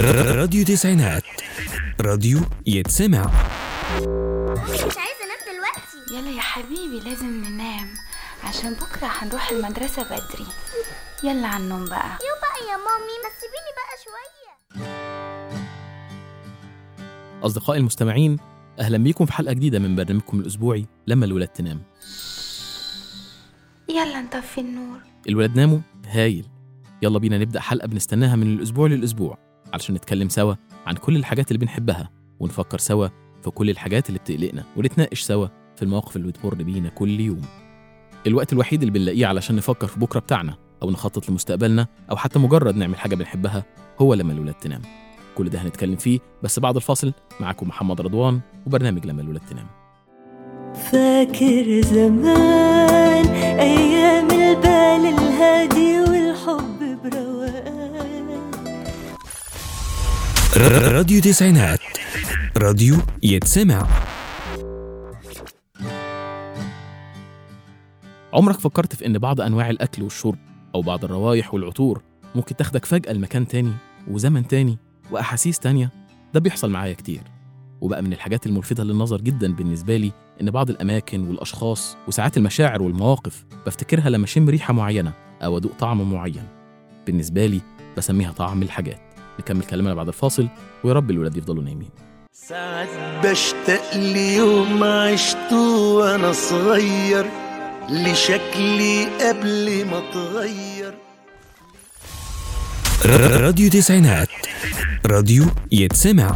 راديو تسعينات، راديو يتسمع. مش عايزة انام دلوقتي. يلا يا حبيبي لازم ننام عشان بكرة هنروح المدرسة بدري. يلا على النوم بقى. يو بقى يا مامي، ما تسيبيني بقى شوية. أصدقائي المستمعين، أهلا بيكم في حلقة جديدة من برنامجكم الأسبوعي لما الولاد تنام. يلا نطفي النور. الولاد ناموا؟ هايل. يلا بينا نبدأ حلقة بنستناها من الأسبوع للأسبوع علشان نتكلم سوا عن كل الحاجات اللي بنحبها، ونفكر سوا في كل الحاجات اللي بتقلقنا، ونتناقش سوا في المواقف اللي بتمر بينا كل يوم. الوقت الوحيد اللي بنلاقيه علشان نفكر في بكرة بتاعنا أو نخطط لمستقبلنا أو حتى مجرد نعمل حاجة بنحبها هو لما الولاد تنام. كل ده هنتكلم فيه بس بعد الفاصل. معاكم محمد رضوان وبرنامج لما الولاد تنام. فاكر زمان أيام البال الهادي والحب بروقان. راديو تسعينات، راديو يتسمع. عمرك فكرت في إن بعض أنواع الأكل والشرب أو بعض الروايح والعطور ممكن تاخدك فجأة لمكان تاني وزمن تاني وأحاسيس تانية؟ ده بيحصل معايا كتير، وبقى من الحاجات الملفتة للنظر جدا بالنسبة لي إن بعض الأماكن والأشخاص وساعات المشاعر والمواقف بفتكرها لما أشم ريحة معينة أو أدوق طعم معين. بالنسبة لي بسميها طعم الحاجات. نكمل كلامنا بعد الفاصل، ويا رب الولاد يفضلوا نايمين. ساعات بشتاق ليوم عشته وانا صغير، لشكلي قبل ما اتغير. راديو تسعينات، راديو يتسمع.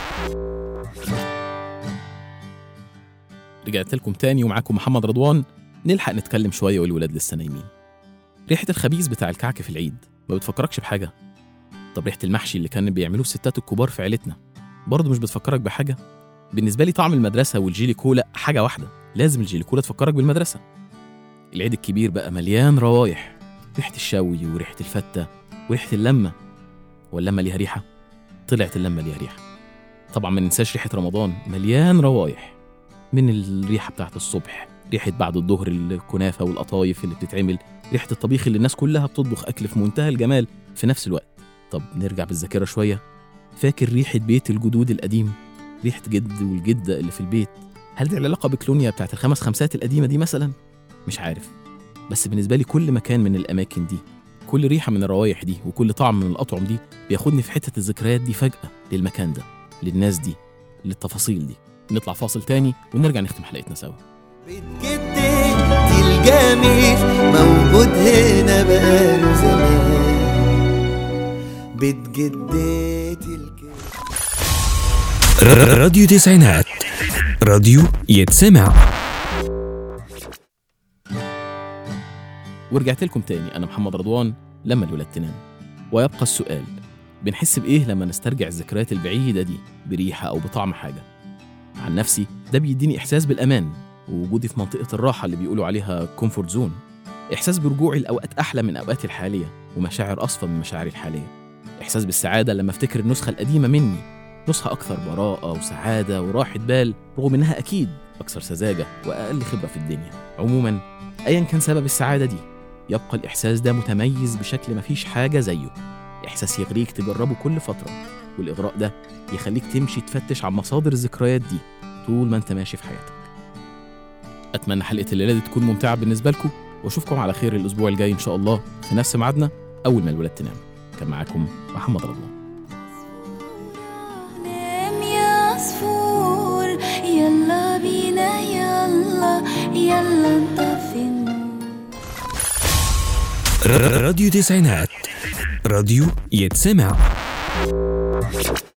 رجعت لكم تاني ومعاكم محمد رضوان. نلحق نتكلم شوية والولاد لسه نايمين. ريحة الخبيز بتاع الكعك في العيد ما بتفكركش بحاجة؟ طب ريحة المحشي اللي كان بيعملوه الستات الكبار في عيلتنا برضه مش بتفكرك بحاجة؟ بالنسبة لي طعم المدرسة والجيلي كولا حاجة واحدة، لازم الجيلي كولا تفكرك بالمدرسة. العيد الكبير بقى مليان روايح، ريحة الشوي وريحة الفتة وريحة اللمة. واللمة ليها ريحة؟ طلعت اللمة ليها ريحة. طبعا ما ننساش ريحة رمضان، مليان روايح، من الريحة بتاعت الصبح، ريحة بعد الظهر الكنافة والقطايف اللي بتتعمل، ريحة الطبيخ اللي الناس كلها بتطبخ أكل في منتهى الجمال في نفس الوقت. طب نرجع بالذاكرة شوية، فاكر ريحة بيت الجدود القديم؟ ريحة جد والجدة اللي في البيت، هل دي العلاقة بكلونيا بتاعت الخمس خمسات القديمة دي مثلا؟ مش عارف، بس بالنسبة لي كل مكان من الأماكن دي، كل ريحة من الروايح دي، وكل طعم من الأطعم دي بياخدني في حتة الذكريات دي فجأة، للمكان ده، للناس دي، للتفاصيل دي. نطلع فاصل تاني ونرجع نختم حلقتنا سوا. بيت جدتي الجميل موجود هنا بقاله زمان. بيت جدتي الجميل. راديو تسعينات، راديو يتسمع. ورجعت لكم تاني، أنا محمد رضوان لما الولاد تنام. ويبقى السؤال، بنحس بإيه لما نسترجع الذكريات البعيدة دي بريحة أو بطعم حاجة؟ عن نفسي ده بيديني إحساس بالأمان ووجودي في منطقة الراحة اللي بيقولوا عليها كومفورت زون، إحساس برجوعي لأوقات أحلى من أوقاتي الحالية ومشاعر أصفى من مشاعري الحالية، إحساس بالسعادة لما أفتكر النسخة القديمة مني، نسخة أكثر براءة وسعادة وراحة بال، رغم إنها أكيد أكثر سذاجة وأقل خبرة في الدنيا. عموما أيا كان سبب السعادة دي، يبقى الإحساس ده متميز بشكل مفيش حاجة زيه، إحساس يغريك تجربه كل فترة، والإغراء ده يخليك تمشي تفتش عن مصادر الذكريات دي طول ما أنت ماشي في حياتك. أتمنى حلقة الليلة دي تكون ممتعة بالنسبة لكم، وأشوفكم على خير الأسبوع الجاي إن شاء الله في نفس ميعادنا أول ما الولاد تنام. كان معاكم محمد رضوان. نام يا عصفور، يلا بينا يلا نطفي النور. راديو تسعينات، راديو يتسمع.